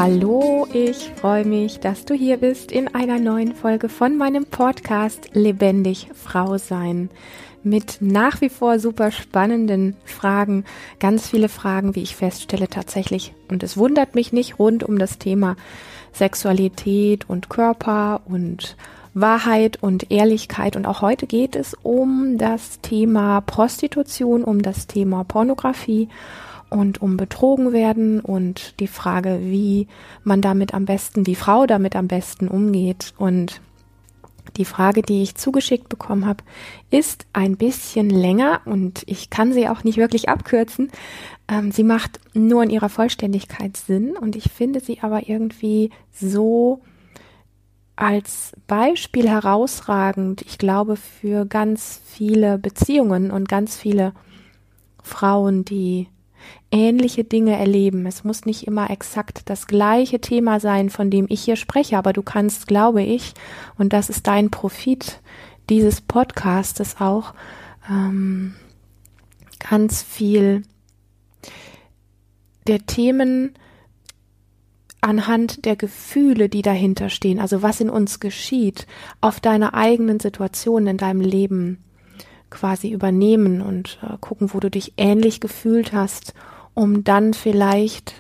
Hallo, ich freue mich, dass du hier bist in einer neuen Folge von meinem Podcast Lebendig Frau sein. Mit nach wie vor super spannenden Fragen, ganz viele Fragen, wie ich feststelle tatsächlich. Und es wundert mich nicht, rund um das Thema Sexualität und Körper und Wahrheit und Ehrlichkeit. Und auch heute geht es um das Thema Prostitution, um das Thema Pornografie und um betrogen werden und die Frage, wie man damit am besten, wie Frau damit am besten umgeht. Und die Frage, die ich zugeschickt bekommen habe, ist ein bisschen länger und ich kann sie auch nicht wirklich abkürzen. Sie macht nur in ihrer Vollständigkeit Sinn und ich finde sie aber irgendwie so als Beispiel herausragend, ich glaube, für ganz viele Beziehungen und ganz viele Frauen, die ähnliche Dinge erleben. Es muss nicht immer exakt das gleiche Thema sein, von dem ich hier spreche, aber du kannst, glaube ich, und das ist dein Profit dieses Podcastes auch, ganz viel der Themen anhand der Gefühle, die dahinter stehen, also was in uns geschieht, auf deine eigenen Situationen in deinem Leben quasi übernehmen und gucken, wo du dich ähnlich gefühlt hast, um dann vielleicht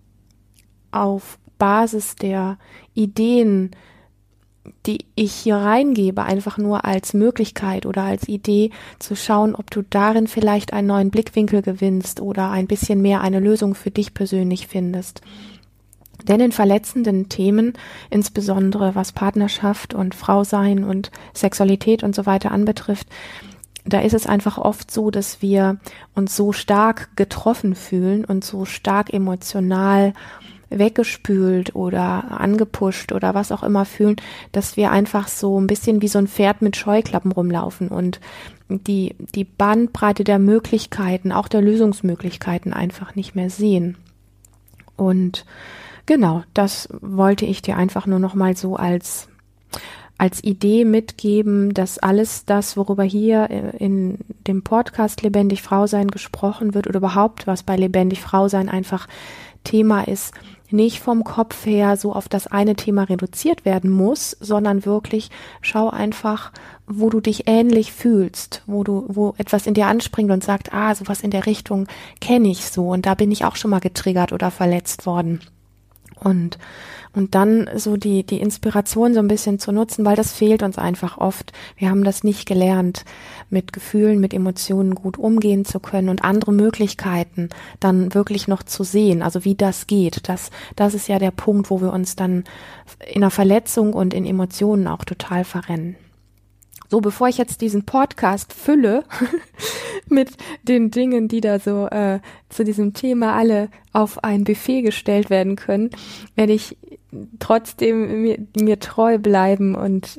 auf Basis der Ideen, die ich hier reingebe, einfach nur als Möglichkeit oder als Idee zu schauen, ob du darin vielleicht einen neuen Blickwinkel gewinnst oder ein bisschen mehr eine Lösung für dich persönlich findest. Denn in verletzenden Themen, insbesondere was Partnerschaft und Frausein und Sexualität und so weiter anbetrifft, da ist es einfach oft so, dass wir uns so stark getroffen fühlen und so stark emotional weggespült oder angepusht oder was auch immer fühlen, dass wir einfach so ein bisschen wie so ein Pferd mit Scheuklappen rumlaufen und die Bandbreite der Möglichkeiten, auch der Lösungsmöglichkeiten einfach nicht mehr sehen. Und genau, das wollte ich dir einfach nur noch mal so als Idee mitgeben, dass alles das, worüber hier in dem Podcast Lebendig Frau sein gesprochen wird oder überhaupt, was bei Lebendig Frau sein einfach Thema ist, nicht vom Kopf her so auf das eine Thema reduziert werden muss, sondern wirklich schau einfach, wo du dich ähnlich fühlst, wo etwas in dir anspringt und sagt, sowas in der Richtung kenne ich so und da bin ich auch schon mal getriggert oder verletzt worden. Und dann so die Inspiration so ein bisschen zu nutzen, weil das fehlt uns einfach oft. Wir haben das nicht gelernt, mit Gefühlen, mit Emotionen gut umgehen zu können und andere Möglichkeiten dann wirklich noch zu sehen, also wie das geht. Das ist ja der Punkt, wo wir uns dann in der Verletzung und in Emotionen auch total verrennen. So, bevor ich jetzt diesen Podcast fülle mit den Dingen, die da so zu diesem Thema alle auf ein Buffet gestellt werden können, werde ich trotzdem mir treu bleiben und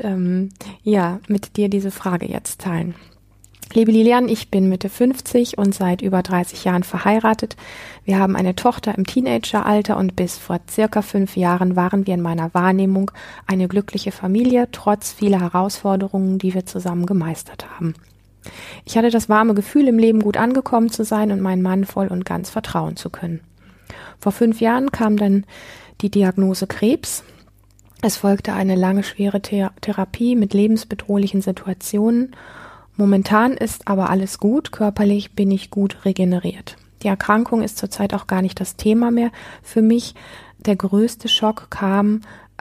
mit dir diese Frage jetzt teilen. Liebe Lilian, ich bin Mitte 50 und seit über 30 Jahren verheiratet. Wir haben eine Tochter im Teenageralter und bis vor circa 5 Jahren waren wir in meiner Wahrnehmung eine glückliche Familie, trotz vieler Herausforderungen, die wir zusammen gemeistert haben. Ich hatte das warme Gefühl, im Leben gut angekommen zu sein und meinen Mann voll und ganz vertrauen zu können. Vor 5 Jahren kam dann die Diagnose Krebs. Es folgte eine lange, schwere Therapie mit lebensbedrohlichen Situationen. Momentan ist aber alles gut, körperlich bin ich gut regeneriert. Die Erkrankung ist zurzeit auch gar nicht das Thema mehr. Für mich der größte Schock kam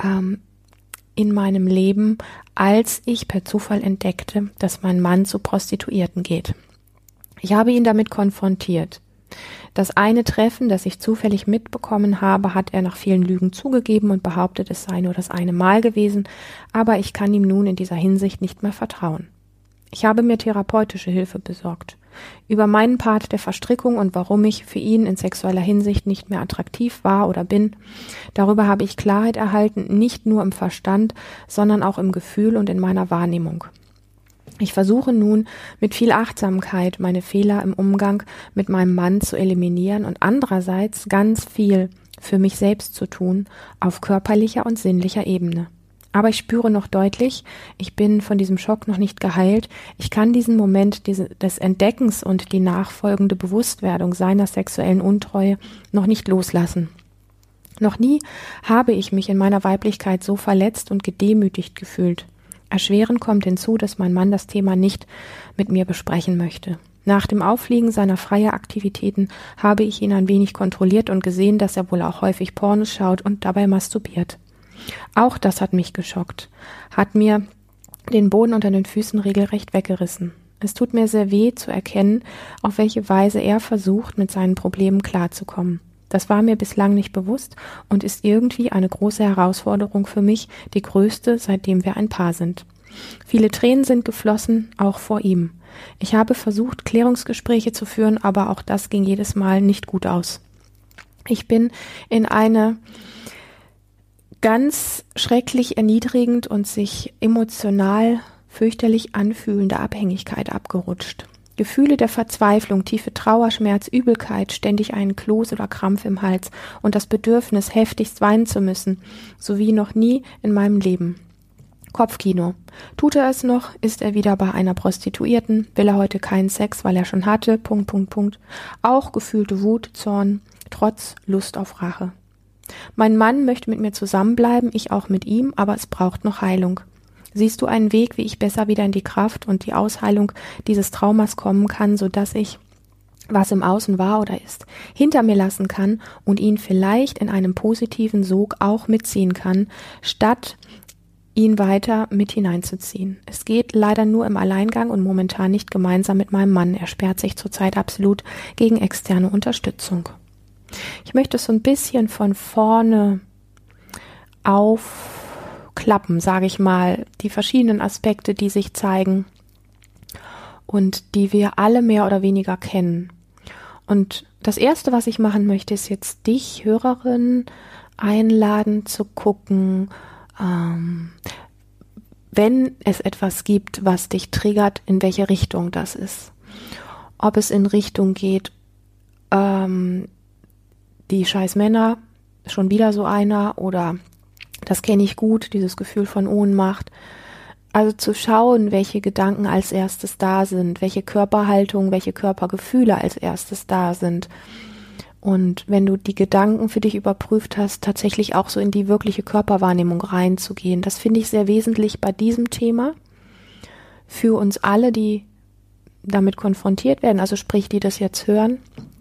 in meinem Leben, als ich per Zufall entdeckte, dass mein Mann zu Prostituierten geht. Ich habe ihn damit konfrontiert. Das eine Treffen, das ich zufällig mitbekommen habe, hat er nach vielen Lügen zugegeben und behauptet, es sei nur das eine Mal gewesen, aber ich kann ihm nun in dieser Hinsicht nicht mehr vertrauen. Ich habe mir therapeutische Hilfe besorgt. Über meinen Part der Verstrickung und warum ich für ihn in sexueller Hinsicht nicht mehr attraktiv war oder bin, darüber habe ich Klarheit erhalten, nicht nur im Verstand, sondern auch im Gefühl und in meiner Wahrnehmung. Ich versuche nun mit viel Achtsamkeit meine Fehler im Umgang mit meinem Mann zu eliminieren und andererseits ganz viel für mich selbst zu tun auf körperlicher und sinnlicher Ebene. Aber ich spüre noch deutlich, ich bin von diesem Schock noch nicht geheilt. Ich kann diesen Moment des Entdeckens und die nachfolgende Bewusstwerdung seiner sexuellen Untreue noch nicht loslassen. Noch nie habe ich mich in meiner Weiblichkeit so verletzt und gedemütigt gefühlt. Erschwerend kommt hinzu, dass mein Mann das Thema nicht mit mir besprechen möchte. Nach dem Auffliegen seiner Freieraktivitäten habe ich ihn ein wenig kontrolliert und gesehen, dass er wohl auch häufig Pornos schaut und dabei masturbiert. Auch das hat mich geschockt, hat mir den Boden unter den Füßen regelrecht weggerissen. Es tut mir sehr weh zu erkennen, auf welche Weise er versucht, mit seinen Problemen klarzukommen. Das war mir bislang nicht bewusst und ist irgendwie eine große Herausforderung für mich, die größte, seitdem wir ein Paar sind. Viele Tränen sind geflossen, auch vor ihm. Ich habe versucht, Klärungsgespräche zu führen, aber auch das ging jedes Mal nicht gut aus. Ich bin in eine ganz schrecklich erniedrigend und sich emotional fürchterlich anfühlende Abhängigkeit abgerutscht. Gefühle der Verzweiflung, tiefe Trauer, Schmerz, Übelkeit, ständig einen Kloß oder Krampf im Hals und das Bedürfnis, heftigst weinen zu müssen, sowie noch nie in meinem Leben. Kopfkino. Tut er es noch, ist er wieder bei einer Prostituierten, will er heute keinen Sex, weil er schon hatte, ... Auch gefühlte Wut, Zorn, Trotz, Lust auf Rache. Mein Mann möchte mit mir zusammenbleiben, ich auch mit ihm, aber es braucht noch Heilung. Siehst du einen Weg, wie ich besser wieder in die Kraft und die Ausheilung dieses Traumas kommen kann, sodass ich, was im Außen war oder ist, hinter mir lassen kann und ihn vielleicht in einem positiven Sog auch mitziehen kann, statt ihn weiter mit hineinzuziehen. Es geht leider nur im Alleingang und momentan nicht gemeinsam mit meinem Mann. Er sperrt sich zurzeit absolut gegen externe Unterstützung. Ich möchte es so ein bisschen von vorne aufklappen, sage ich mal, die verschiedenen Aspekte, die sich zeigen und die wir alle mehr oder weniger kennen. Und das Erste, was ich machen möchte, ist jetzt dich, Hörerin, einladen zu gucken, wenn es etwas gibt, was dich triggert, in welche Richtung das ist. Ob es in Richtung geht, die scheiß Männer, schon wieder so einer, oder das kenne ich gut, dieses Gefühl von Ohnmacht. Also zu schauen, welche Gedanken als erstes da sind, welche Körperhaltung, welche Körpergefühle als erstes da sind. Und wenn du die Gedanken für dich überprüft hast, tatsächlich auch so in die wirkliche Körperwahrnehmung reinzugehen. Das finde ich sehr wesentlich bei diesem Thema für uns alle, die damit konfrontiert werden, also sprich, die das jetzt hören.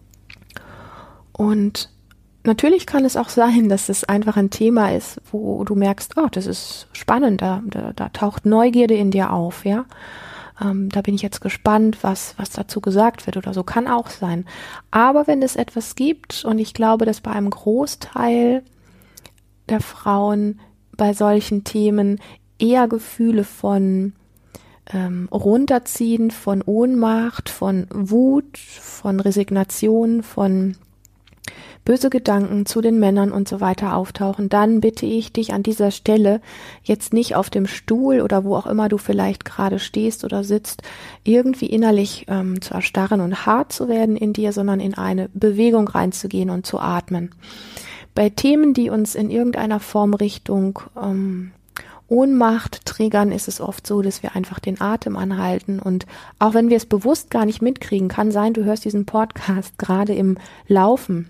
Und natürlich kann es auch sein, dass es einfach ein Thema ist, wo du merkst, oh, das ist spannend, da taucht Neugierde in dir auf, ja. Da bin ich jetzt gespannt, was dazu gesagt wird oder so, kann auch sein. Aber wenn es etwas gibt, und ich glaube, dass bei einem Großteil der Frauen bei solchen Themen eher Gefühle von Runterziehen, von Ohnmacht, von Wut, von Resignation, von böse Gedanken zu den Männern und so weiter auftauchen, dann bitte ich dich an dieser Stelle jetzt nicht auf dem Stuhl oder wo auch immer du vielleicht gerade stehst oder sitzt, irgendwie innerlich zu erstarren und hart zu werden in dir, sondern in eine Bewegung reinzugehen und zu atmen. Bei Themen, die uns in irgendeiner Form Richtung Ohnmacht triggern, ist es oft so, dass wir einfach den Atem anhalten, und auch wenn wir es bewusst gar nicht mitkriegen, kann sein, du hörst diesen Podcast gerade im Laufen.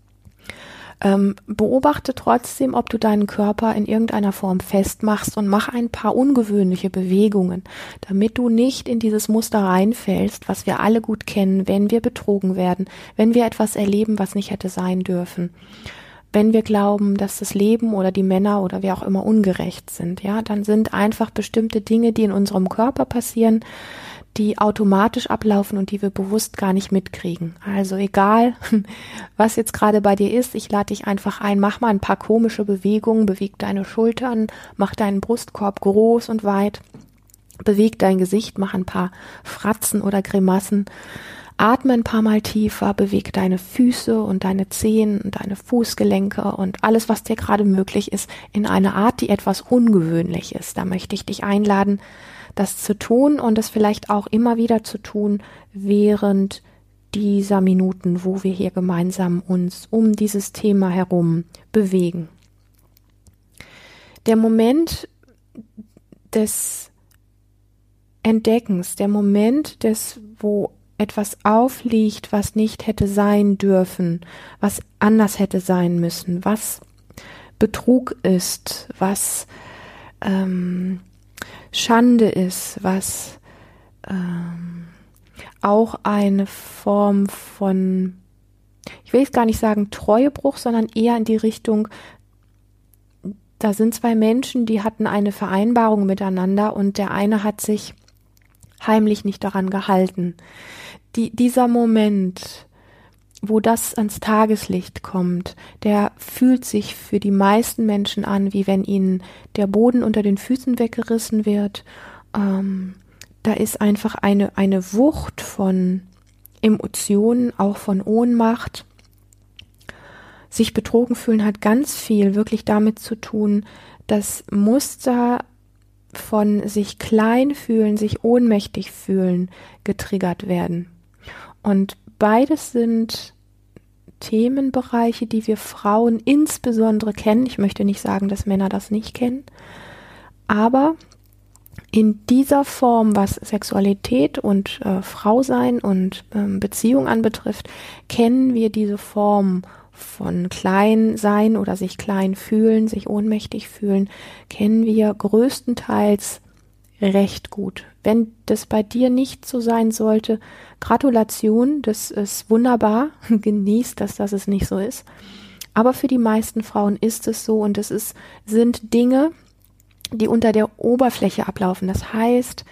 Beobachte trotzdem, ob du deinen Körper in irgendeiner Form festmachst und mach ein paar ungewöhnliche Bewegungen, damit du nicht in dieses Muster reinfällst, was wir alle gut kennen, wenn wir betrogen werden, wenn wir etwas erleben, was nicht hätte sein dürfen, wenn wir glauben, dass das Leben oder die Männer oder wer auch immer ungerecht sind, ja, dann sind einfach bestimmte Dinge, die in unserem Körper passieren, die automatisch ablaufen und die wir bewusst gar nicht mitkriegen. Also egal, was jetzt gerade bei dir ist, ich lade dich einfach ein, mach mal ein paar komische Bewegungen, beweg deine Schultern, mach deinen Brustkorb groß und weit, beweg dein Gesicht, mach ein paar Fratzen oder Grimassen, atme ein paar Mal tiefer, beweg deine Füße und deine Zehen und deine Fußgelenke und alles, was dir gerade möglich ist, in eine Art, die etwas ungewöhnlich ist. Da möchte ich dich einladen, das zu tun und es vielleicht auch immer wieder zu tun während dieser Minuten, wo wir hier gemeinsam uns um dieses Thema herum bewegen. Der Moment des Entdeckens, der Moment wo etwas aufliegt, was nicht hätte sein dürfen, was anders hätte sein müssen, was Betrug ist, was Schande ist, was auch eine Form von, ich will jetzt gar nicht sagen Treuebruch, sondern eher in die Richtung, da sind zwei Menschen, die hatten eine Vereinbarung miteinander und der eine hat sich heimlich nicht daran gehalten. Dieser Moment, wo das ans Tageslicht kommt, der fühlt sich für die meisten Menschen an, wie wenn ihnen der Boden unter den Füßen weggerissen wird. Da ist einfach eine Wucht von Emotionen, auch von Ohnmacht. Sich betrogen fühlen hat ganz viel wirklich damit zu tun, dass Muster von sich klein fühlen, sich ohnmächtig fühlen, getriggert werden. Und beides sind Themenbereiche, die wir Frauen insbesondere kennen. Ich möchte nicht sagen, dass Männer das nicht kennen, aber in dieser Form, was Sexualität und Frausein und Beziehung anbetrifft, kennen wir diese Form von klein sein oder sich klein fühlen, sich ohnmächtig fühlen, kennen wir größtenteils recht gut. Wenn das bei dir nicht so sein sollte, Gratulation, das ist wunderbar, genießt, dass es nicht so ist. Aber für die meisten Frauen ist es so und sind Dinge, die unter der Oberfläche ablaufen. Das heißt,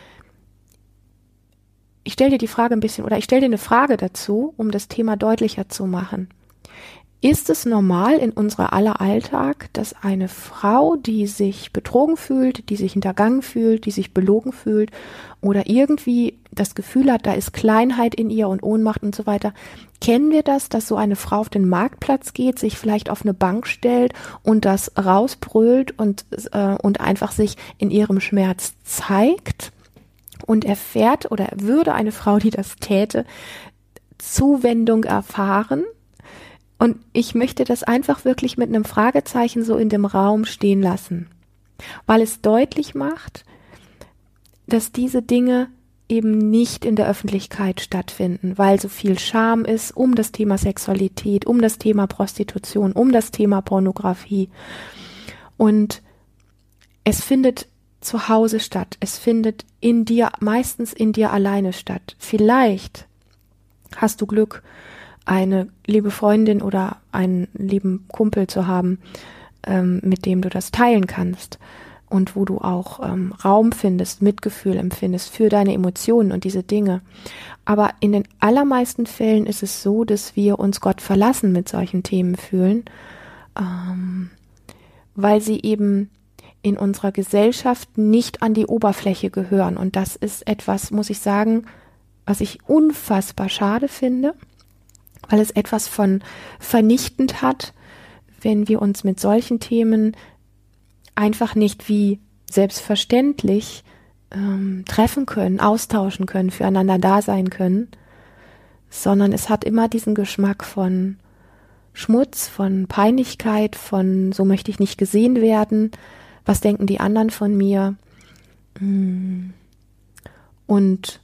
ich stelle dir eine Frage dazu, um das Thema deutlicher zu machen. Ist es normal in unser aller Alltag, dass eine Frau, die sich betrogen fühlt, die sich hintergangen fühlt, die sich belogen fühlt oder irgendwie das Gefühl hat, da ist Kleinheit in ihr und Ohnmacht und so weiter, kennen wir das, dass so eine Frau auf den Marktplatz geht, sich vielleicht auf eine Bank stellt und das rausbrüllt und einfach sich in ihrem Schmerz zeigt und erfährt oder würde eine Frau, die das täte, Zuwendung erfahren? Und ich möchte das einfach wirklich mit einem Fragezeichen so in dem Raum stehen lassen, weil es deutlich macht, dass diese Dinge eben nicht in der Öffentlichkeit stattfinden, weil so viel Scham ist um das Thema Sexualität, um das Thema Prostitution, um das Thema Pornografie. Und es findet zu Hause statt, es findet meistens in dir alleine statt. Vielleicht hast du Glück, eine liebe Freundin oder einen lieben Kumpel zu haben, mit dem du das teilen kannst und wo du auch Raum findest, Mitgefühl empfindest für deine Emotionen und diese Dinge. Aber in den allermeisten Fällen ist es so, dass wir uns Gott verlassen mit solchen Themen fühlen, weil sie eben in unserer Gesellschaft nicht an die Oberfläche gehören. Und das ist etwas, muss ich sagen, was ich unfassbar schade finde, weil es etwas von vernichtend hat, wenn wir uns mit solchen Themen einfach nicht wie selbstverständlich treffen können, austauschen können, füreinander da sein können, sondern es hat immer diesen Geschmack von Schmutz, von Peinlichkeit, von so möchte ich nicht gesehen werden, was denken die anderen von mir? Und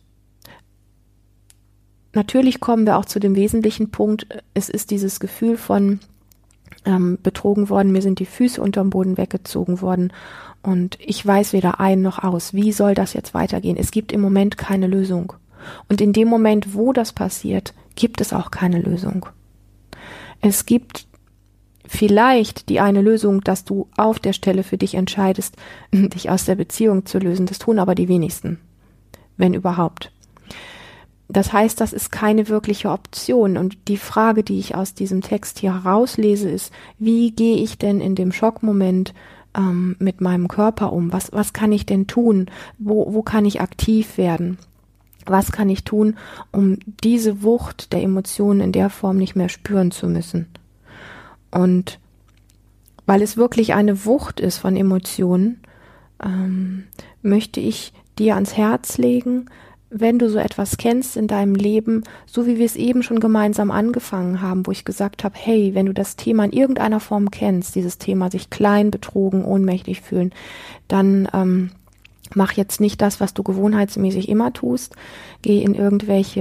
natürlich kommen wir auch zu dem wesentlichen Punkt, es ist dieses Gefühl von betrogen worden, mir sind die Füße unterm Boden weggezogen worden und ich weiß weder ein noch aus. Wie soll das jetzt weitergehen? Es gibt im Moment keine Lösung. Und in dem Moment, wo das passiert, gibt es auch keine Lösung. Es gibt vielleicht die eine Lösung, dass du auf der Stelle für dich entscheidest, dich aus der Beziehung zu lösen. Das tun aber die wenigsten, wenn überhaupt. Das heißt, das ist keine wirkliche Option. Und die Frage, die ich aus diesem Text hier herauslese, ist, wie gehe ich denn in dem Schockmoment mit meinem Körper um? Was kann ich denn tun? Wo kann ich aktiv werden? Was kann ich tun, um diese Wucht der Emotionen in der Form nicht mehr spüren zu müssen? Und weil es wirklich eine Wucht ist von Emotionen, möchte ich dir ans Herz legen, wenn du so etwas kennst in deinem Leben, so wie wir es eben schon gemeinsam angefangen haben, wo ich gesagt habe, hey, wenn du das Thema in irgendeiner Form kennst, dieses Thema sich klein, betrogen, ohnmächtig fühlen, dann mach jetzt nicht das, was du gewohnheitsmäßig immer tust, geh in irgendwelche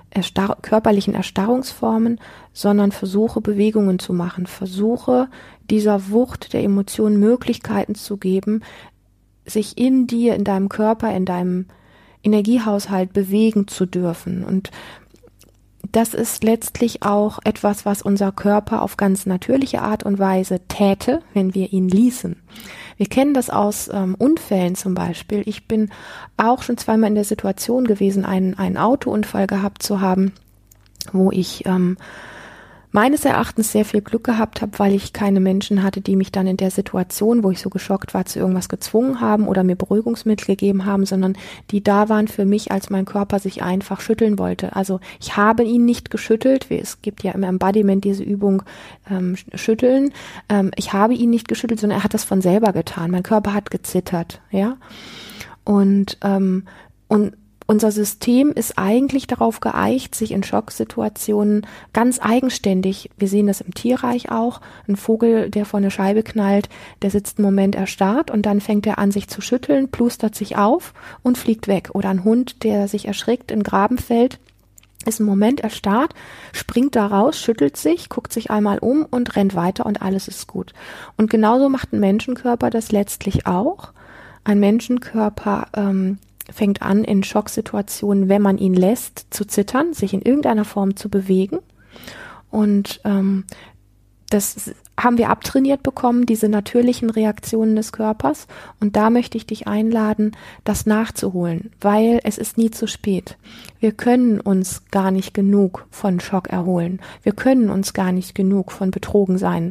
körperlichen Erstarrungsformen, sondern versuche Bewegungen zu machen, versuche dieser Wucht der Emotionen Möglichkeiten zu geben, sich in dir, in deinem Körper, in deinem Energiehaushalt bewegen zu dürfen. Und das ist letztlich auch etwas, was unser Körper auf ganz natürliche Art und Weise täte, wenn wir ihn ließen. Wir kennen das aus Unfällen zum Beispiel. Ich bin auch schon zweimal in der Situation gewesen, einen Autounfall gehabt zu haben, wo ich meines Erachtens sehr viel Glück gehabt habe, weil ich keine Menschen hatte, die mich dann in der Situation, wo ich so geschockt war, zu irgendwas gezwungen haben oder mir Beruhigungsmittel gegeben haben, sondern die da waren für mich, als mein Körper sich einfach schütteln wollte. Also ich habe ihn nicht geschüttelt, es gibt ja im Embodiment diese Übung schütteln. Ich habe ihn nicht geschüttelt, sondern er hat das von selber getan. Mein Körper hat gezittert, ja. Und unser System ist eigentlich darauf geeicht, sich in Schocksituationen ganz eigenständig, wir sehen das im Tierreich auch, ein Vogel, der vor eine Scheibe knallt, der sitzt einen Moment erstarrt und dann fängt er an, sich zu schütteln, plustert sich auf und fliegt weg. Oder ein Hund, der sich erschrickt, in den Graben fällt, ist einen Moment erstarrt, springt da raus, schüttelt sich, guckt sich einmal um und rennt weiter und alles ist gut. Und genauso macht ein Menschenkörper das letztlich auch. Ein Menschenkörper fängt an, in Schocksituationen, wenn man ihn lässt, zu zittern, sich in irgendeiner Form zu bewegen. Und das haben wir abtrainiert bekommen, diese natürlichen Reaktionen des Körpers. Und da möchte ich dich einladen, das nachzuholen, weil es ist nie zu spät. Wir können uns gar nicht genug von Schock erholen. Wir können uns gar nicht genug von Betrogensein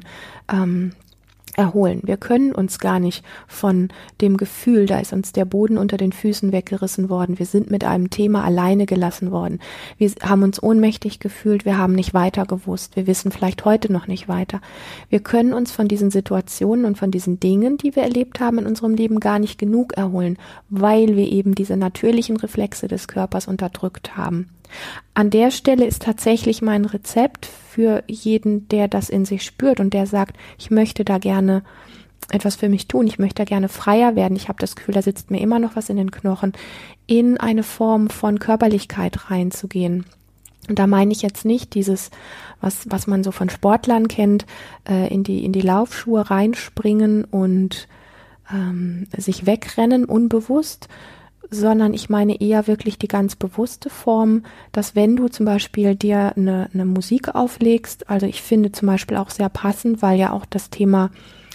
erholen. Wir können uns gar nicht von dem Gefühl, da ist uns der Boden unter den Füßen weggerissen worden. Wir sind mit einem Thema alleine gelassen worden. Wir haben uns ohnmächtig gefühlt. Wir haben nicht weiter gewusst. Wir wissen vielleicht heute noch nicht weiter. Wir können uns von diesen Situationen und von diesen Dingen, die wir erlebt haben in unserem Leben, gar nicht genug erholen, weil wir eben diese natürlichen Reflexe des Körpers unterdrückt haben. An der Stelle ist tatsächlich mein Rezept für jeden, der das in sich spürt und der sagt, ich möchte da gerne etwas für mich tun, ich möchte da gerne freier werden, ich habe das Gefühl, da sitzt mir immer noch was in den Knochen, in eine Form von Körperlichkeit reinzugehen. Und da meine ich jetzt nicht dieses, was man so von Sportlern kennt, in die Laufschuhe reinspringen und sich wegrennen, unbewusst, sondern ich meine eher wirklich die ganz bewusste Form, dass wenn du zum Beispiel dir eine Musik auflegst, also ich finde zum Beispiel auch sehr passend, weil ja auch das Thema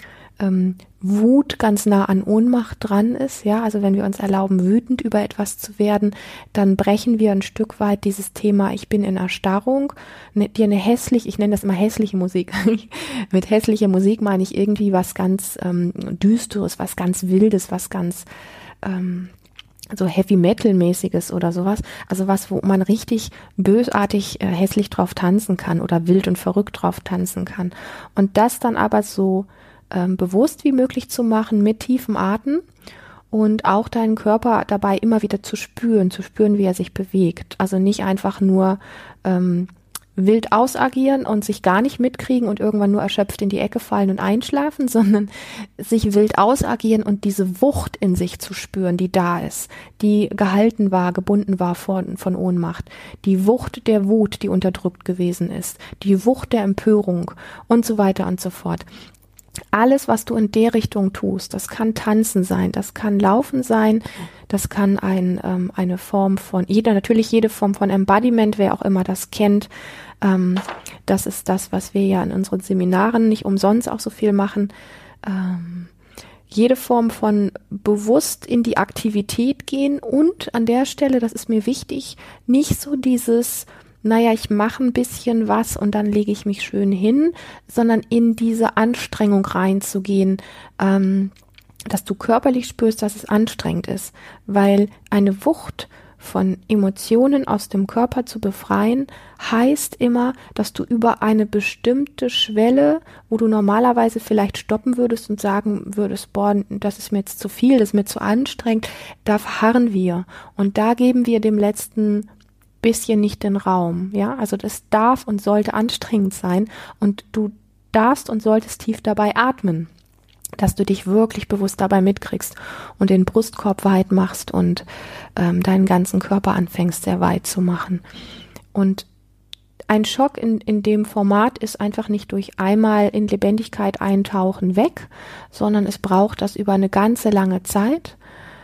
Wut ganz nah an Ohnmacht dran ist, ja, also wenn wir uns erlauben, wütend über etwas zu werden, dann brechen wir ein Stück weit dieses Thema, ich bin in Erstarrung, dir eine hässliche, ich nenne das immer hässliche Musik, mit hässlicher Musik meine ich irgendwie was ganz Düsteres, was ganz Wildes, was ganz so Heavy-Metal-mäßiges oder sowas, also was, wo man richtig bösartig hässlich drauf tanzen kann oder wild und verrückt drauf tanzen kann. Und das dann aber so bewusst wie möglich zu machen mit tiefem Atem und auch deinen Körper dabei immer wieder zu spüren, wie er sich bewegt. Also nicht einfach nur wild ausagieren und sich gar nicht mitkriegen und irgendwann nur erschöpft in die Ecke fallen und einschlafen, sondern sich wild ausagieren und diese Wucht in sich zu spüren, die da ist, die gehalten war, gebunden war von Ohnmacht, die Wucht der Wut, die unterdrückt gewesen ist, die Wucht der Empörung und so weiter und so fort. Alles, was du in der Richtung tust, das kann Tanzen sein, das kann Laufen sein, das kann eine Form von, jede Form von Embodiment, wer auch immer das kennt, das ist das, was wir ja in unseren Seminaren nicht umsonst auch so viel machen, jede Form von bewusst in die Aktivität gehen und an der Stelle, das ist mir wichtig, nicht so dieses naja, ich mache ein bisschen was und dann lege ich mich schön hin, sondern in diese Anstrengung reinzugehen, dass du körperlich spürst, dass es anstrengend ist, weil eine Wucht von Emotionen aus dem Körper zu befreien, heißt immer, dass du über eine bestimmte Schwelle, wo du normalerweise vielleicht stoppen würdest und sagen würdest, boah, das ist mir jetzt zu viel, das ist mir zu anstrengend, da verharren wir und da geben wir dem letzten bisschen nicht den Raum, ja, also das darf und sollte anstrengend sein und du darfst und solltest tief dabei atmen, dass du dich wirklich bewusst dabei mitkriegst und den Brustkorb weit machst und deinen ganzen Körper anfängst sehr weit zu machen. Und ein Schock in dem Format ist einfach nicht durch einmal in Lebendigkeit eintauchen weg, sondern es braucht das über eine ganze lange Zeit.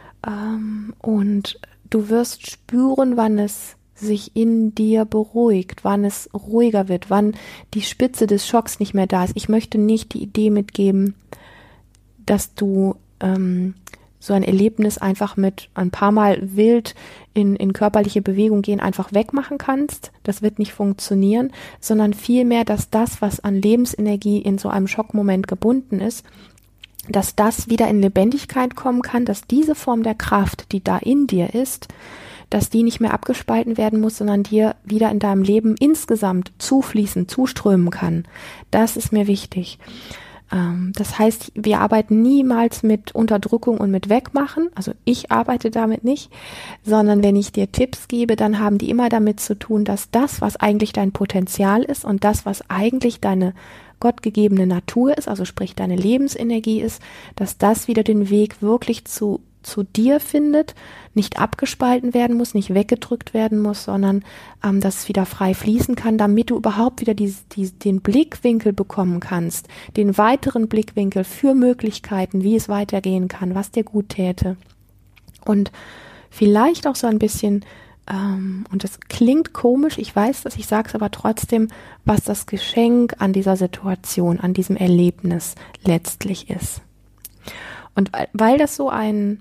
Und du wirst spüren, wann es sich in dir beruhigt, wann es ruhiger wird, wann die Spitze des Schocks nicht mehr da ist. Ich möchte nicht die Idee mitgeben, dass du so ein Erlebnis einfach mit ein paar Mal wild in körperliche Bewegung gehen einfach wegmachen kannst. Das wird nicht funktionieren, sondern vielmehr, dass das, was an Lebensenergie in so einem Schockmoment gebunden ist, dass das wieder in Lebendigkeit kommen kann, dass diese Form der Kraft, die da in dir ist, dass die nicht mehr abgespalten werden muss, sondern dir wieder in deinem Leben insgesamt zufließen, zuströmen kann. Das ist mir wichtig. Das heißt, wir arbeiten niemals mit Unterdrückung und mit Wegmachen, also ich arbeite damit nicht, sondern wenn ich dir Tipps gebe, dann haben die immer damit zu tun, dass das, was eigentlich dein Potenzial ist und das, was eigentlich deine gottgegebene Natur ist, also sprich deine Lebensenergie ist, dass das wieder den Weg wirklich zu dir findet, nicht abgespalten werden muss, nicht weggedrückt werden muss, sondern dass es wieder frei fließen kann, damit du überhaupt wieder den Blickwinkel bekommen kannst, den weiteren Blickwinkel für Möglichkeiten, wie es weitergehen kann, was dir gut täte. Und vielleicht auch so ein bisschen, und das klingt komisch, ich weiß das, ich sage es aber trotzdem, was das Geschenk an dieser Situation, an diesem Erlebnis letztlich ist. Und weil das so ein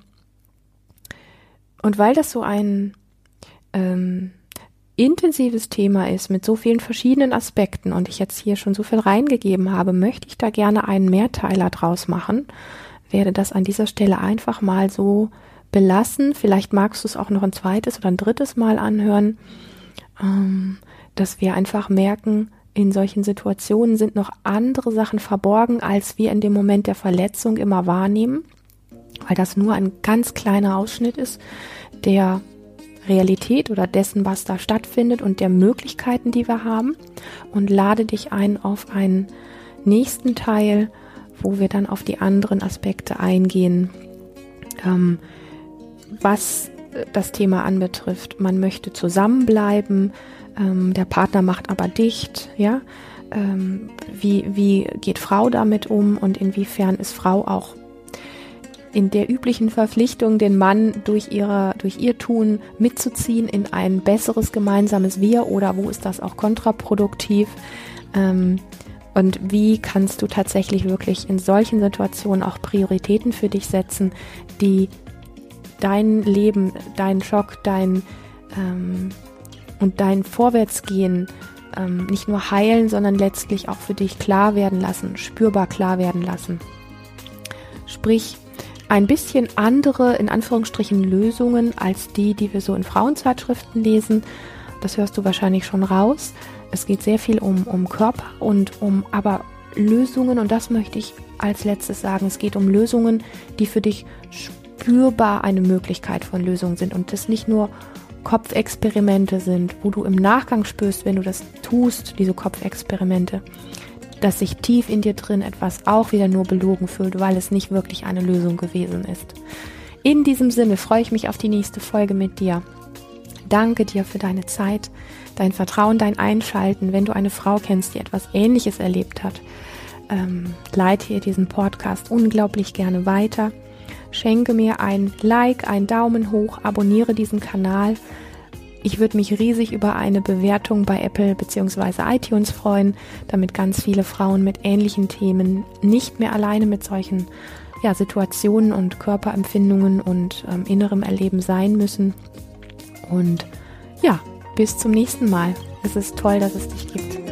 intensives Thema ist mit so vielen verschiedenen Aspekten und ich jetzt hier schon so viel reingegeben habe, möchte ich da gerne einen Mehrteiler draus machen. Werde das an dieser Stelle einfach mal so belassen. Vielleicht magst du es auch noch ein zweites oder ein drittes Mal anhören, dass wir einfach merken, in solchen Situationen sind noch andere Sachen verborgen, als wir in dem Moment der Verletzung immer wahrnehmen, weil das nur ein ganz kleiner Ausschnitt ist der Realität oder dessen, was da stattfindet und der Möglichkeiten, die wir haben, und lade dich ein auf einen nächsten Teil, wo wir dann auf die anderen Aspekte eingehen, was das Thema anbetrifft. Man möchte zusammenbleiben, der Partner macht aber dicht, ja. Wie geht Frau damit um und inwiefern ist Frau auch in der üblichen Verpflichtung, den Mann durch ihr Tun mitzuziehen in ein besseres gemeinsames Wir, oder wo ist das auch kontraproduktiv? Und wie kannst du tatsächlich wirklich in solchen Situationen auch Prioritäten für dich setzen, die dein Leben, dein Schock, dein Vorwärtsgehen nicht nur heilen, sondern letztlich auch für dich klar werden lassen, spürbar klar werden lassen. Sprich, ein bisschen andere, in Anführungsstrichen, Lösungen als die wir so in Frauenzeitschriften lesen. Das hörst du wahrscheinlich schon raus. Es geht sehr viel um Körper und um aber Lösungen, und das möchte ich als letztes sagen, es geht um Lösungen, die für dich spürbar eine Möglichkeit von Lösungen sind und das nicht nur Kopfexperimente sind, wo du im Nachgang spürst, wenn du das tust, diese Kopfexperimente, dass sich tief in dir drin etwas auch wieder nur belogen fühlt, weil es nicht wirklich eine Lösung gewesen ist. In diesem Sinne freue ich mich auf die nächste Folge mit dir. Danke dir für deine Zeit, dein Vertrauen, dein Einschalten. Wenn du eine Frau kennst, die etwas Ähnliches erlebt hat, leite ihr diesen Podcast unglaublich gerne weiter. Schenke mir ein Like, einen Daumen hoch, abonniere diesen Kanal. Ich würde mich riesig über eine Bewertung bei Apple bzw. iTunes freuen, damit ganz viele Frauen mit ähnlichen Themen nicht mehr alleine mit solchen Situationen und Körperempfindungen und innerem Erleben sein müssen. Und bis zum nächsten Mal. Es ist toll, dass es dich gibt.